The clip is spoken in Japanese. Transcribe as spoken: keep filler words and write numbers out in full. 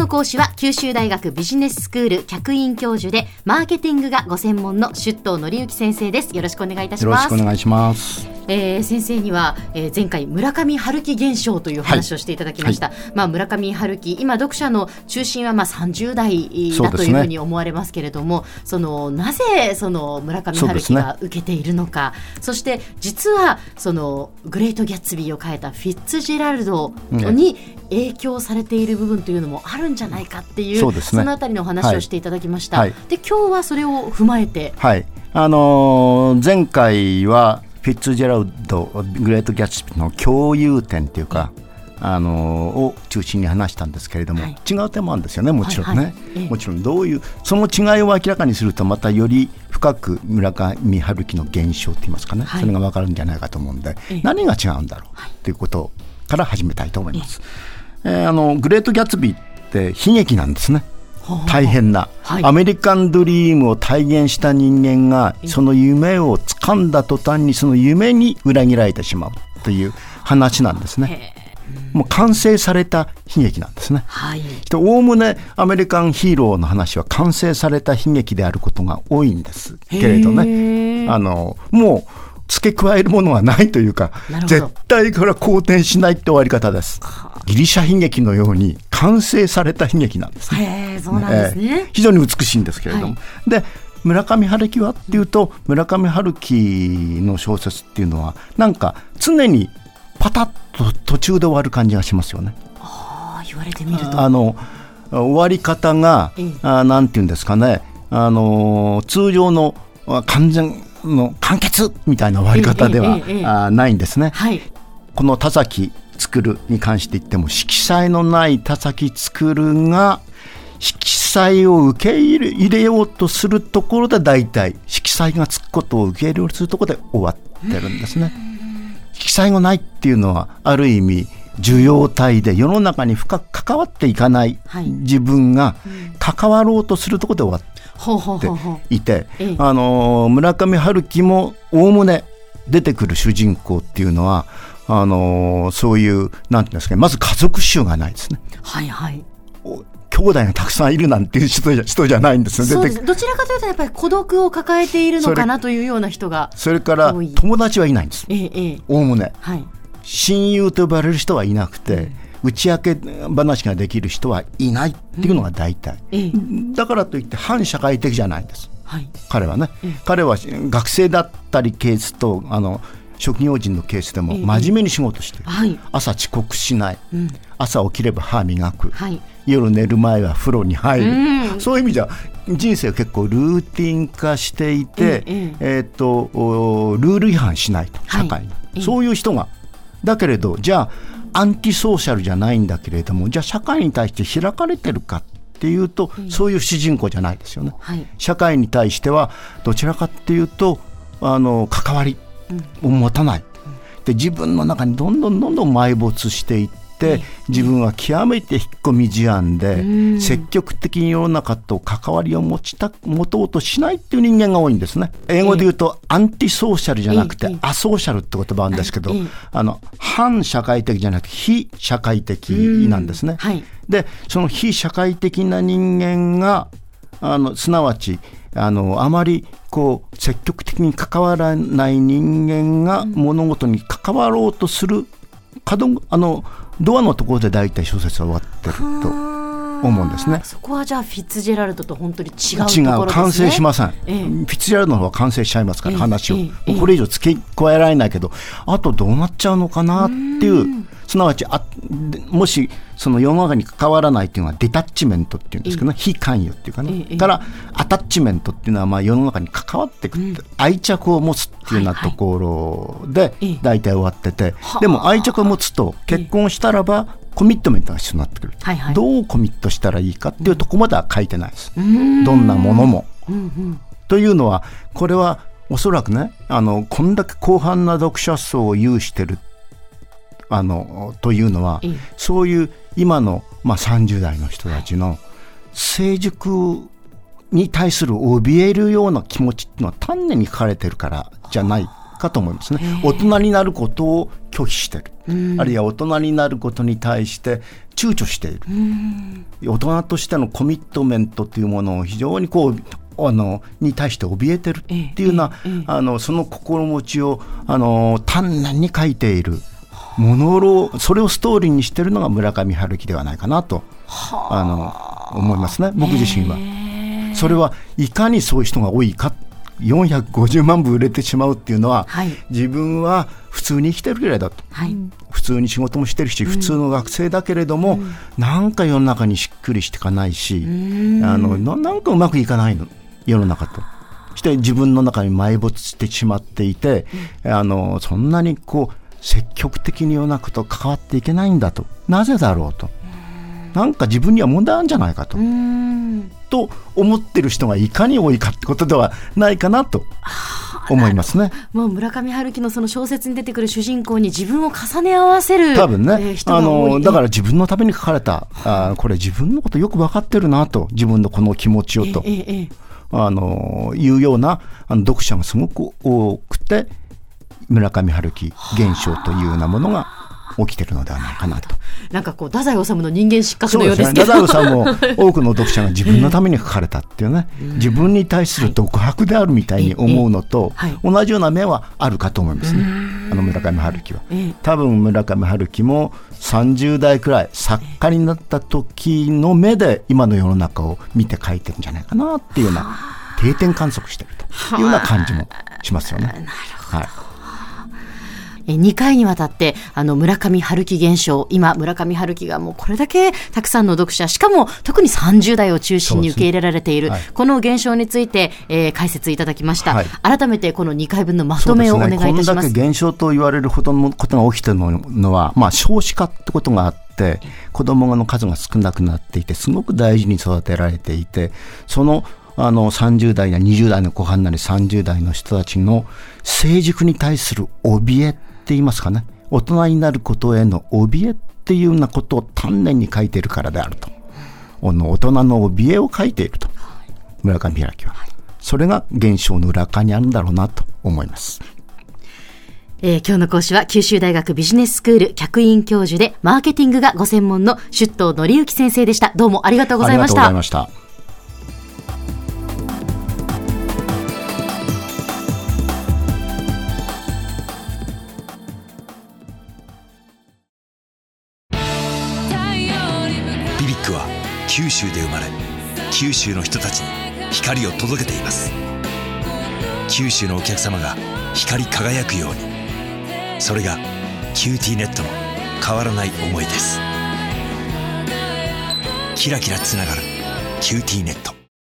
の講師は九州大学ビジネススクール客員教授でマーケティングがご専門の出頭則之先生です。よろしくお願いいたします。 よろしくお願いします。 えー、先生には、えー、前回村上春樹現象という話をしていただきました、はいはい。まあ、村上春樹、今読者の中心はまあさんじゅう代だというふうに思われますけれども、そのなぜその村上春樹が受けているのか、 そ, ね、そして実はそのグレートギャッツビーを書いたフィッツジェラルドに影響されている部分というのもあるんじゃないかっていう、 そうですね、そのあたりのお話をしていただきました、はい、で今日はそれを踏まえて、 はい、あのー、前回はフィッツジェラルドグレートギャッツビーの共有点というか、あのー、を中心に話したんですけれども、はい、違う点もあるんですよね、もちろんね、はいはい、もちろんどういうその違いを明らかにするとまたより深く村上春樹の現象といいますかね、はい、それが分かるんじゃないかと思うんで、何が違うんだろうということから始めたいと思います。えー、あのグレートギャッツビーって悲劇なんですね。大変な、はい、アメリカンドリームを体現した人間がその夢を掴んだ途端にその夢に裏切られてしまうという話なんですね。もう完成された悲劇なんですね。おおむねアメリカンヒーローの話は完成された悲劇であることが多いんですけれどね、あのもう付け加えるものはないというか、絶対これは好転しないって終わり方です。ギリシャ悲劇のように完成された悲劇なんですね。 へー、そうなんですね。 えー、非常に美しいんですけれども、はい、で村上春樹はっていうと、村上春樹の小説っていうのはなんか常にパタッと途中で終わる感じがしますよね。 あ、言われてみるとあの終わり方が、ええ、あなんていうんですかね、あの通常の完全の完結みたいな終わり方では、ええええ、あないんですね、はい、この田崎作に関して言っても、色彩のない田崎作が色彩を受け入れ、入れようとするところで大体色彩がつくことを受け入れようとするところで終わってるんですね。色彩がないっていうのはある意味受容体で世の中に深く関わっていかない自分が関わろうとするところで終わっていて、あの村上春樹もおおむね出てくる主人公っていうのはあのそういうなんていうんですかね、まず家族臭がないですね。はいはい。兄弟がたくさんいるなんていう人じゃ、人じゃないんですよ。 そうです。どちらかというとやっぱり孤独を抱えているのかなというような人が多い。 それから友達はいないんです。おおむね、はい、親友と呼ばれる人はいなくて、うん、打ち明け話ができる人はいないっていうのが大体、うん、だからといって反社会的じゃないんです、はい、彼はね、うん、彼は学生だったりケースとあの職業人のケースでも真面目に仕事してる、えーはい、朝遅刻しない、うん、朝起きれば歯磨く、はい、夜寝る前は風呂に入る、うん、そういう意味じゃ人生は結構ルーティン化していて、えーえー、とルール違反しないと社会に、はい、そういう人がだけれど、じゃあアンティソーシャルじゃないんだけれども、じゃあ社会に対して開かれてるかっていうと、うん、そういう主人公じゃないですよね、はい、社会に対してはどちらかっていうとあの関わりを持たない、うん、で自分の中にどんどんどんどん埋没していって、自分は極めて引っ込み思案で、うん、積極的に世の中と関わりを持ちた持とうとしないっていう人間が多いんですね。英語で言うと、えー、アンティソーシャルじゃなくて、えー、アソーシャルって言葉なんですけど、えー、あの反社会的じゃなくて非社会的なんですね、はい、でその非社会的な人間があのすなわちあのあまりこう積極的に関わらない人間が物事に関わろうとする角あのドアのところで大体小説は終わってると思うんですね。 そこはじゃあフィッツジェラルドと本当に違うところですね。 違う、完成しません、ええ、フィッツジェラルドの方は完成しちゃいますから、ええ、話を、ええ、これ以上付け加えられないけど、あとどうなっちゃうのかなっていう、うすなわちあもしその世の中に関わらないっていうのはデタッチメントっていうんですけどね、ええ、非関与っていうかね、ええ、からアタッチメントっていうのはまあ世の中に関わっていくって、うん、愛着を持つっていうようなところで大体終わってて、はいはい、でも愛着を持つと結婚したらばコミットメントが必要になってくる、はいはい、どうコミットしたらいいかっていうところまでは書いてないです、うん、どんなものも、うんうん、というのはこれはおそらくね、あのこんだけ広範な読者層を有してるあのというのは、うん、そういう今の、まあ、さんじゅう代の人たちの成熟に対する怯えるような気持ちっていうのは丹念に書かれてるからじゃないかと思いますね。大人になることを拒否している、あるいは大人になることに対して躊躇している、大人としてのコミットメントというものを非常にこうあのに対して怯えてるっていうような、ええええ、あのその心持ちをあの丹念に書いているものを、それをストーリーにしているのが村上春樹ではないかなとあの思いますね、僕自身は。それはいかにそういう人が多いか、よんひゃくごじゅうまんぶ売れてしまうっていうのは、はい、自分は普通に生きてるぐらいだと、はい、普通に仕事もしてるし、うん、普通の学生だけれども、うん、なんか世の中にしっくりしていかないし、うん、あの な, なんかうまくいかないの世の中として自分の中に埋没してしまっていて、うん、あのそんなにこう積極的に世の中と関わっていけないんだと、なぜだろうと、なんか自分には問題あるんじゃないかと、と思ってる人がいかに多いかってことではないかなと思いますね。 もう村上春樹のその小説に出てくる主人公に自分を重ね合わせる多分ね、 えー、人が多い。 あのだから自分のために書かれた、あこれ自分のことよく分かってるなと、自分のこの気持ちをと、えーえー、あのいうようなあの読者がすごく多くて、村上春樹現象というようなものが起きているのではないかなと。 なんかこう太宰治の人間失格のようですけど、 そうですね、太宰治も多くの読者が自分のために書かれたっていうね、自分に対する独白であるみたいに思うのと同じような面はあるかと思いますね、あの村上春樹は。多分村上春樹もさんじゅう代くらい作家になった時の目で今の世の中を見て書いてるんじゃないかなっていうような定点観測してるというような感じもしますよね。 なるほど、はい。にかいにわたってあの村上春樹現象、今村上春樹がもうこれだけたくさんの読者、しかも特にさんじゅう代を中心に受け入れられている、はい、この現象について、えー、解説いただきました、はい、改めてこのにかいぶんのまとめをお願いいたします。 こんだけ現象と言われるほどのことが起きているのは、まあ、少子化ってことがあって子どもの数が少なくなっていてすごく大事に育てられていて、そのあのさんじゅう代やにじゅう代の後半なりさんじゅう代の人たちの成熟に対する怯えって言いますかね、大人になることへの怯えっていうようなことを丹念に書いているからであると、大人の怯えを書いていると村上春樹は、それが現象の裏側にあるんだろうなと思います。 えー、今日の講師は九州大学ビジネススクール客員教授でマーケティングがご専門の出頭則之先生でした。どうもありがとうございました。 ありがとうございました。 九州で生まれ、九州の人たちに光を届けています。九州のお客様が光り輝くように、それがキューティーネットの変わらない思いです。キラキラつながるキューティーネット。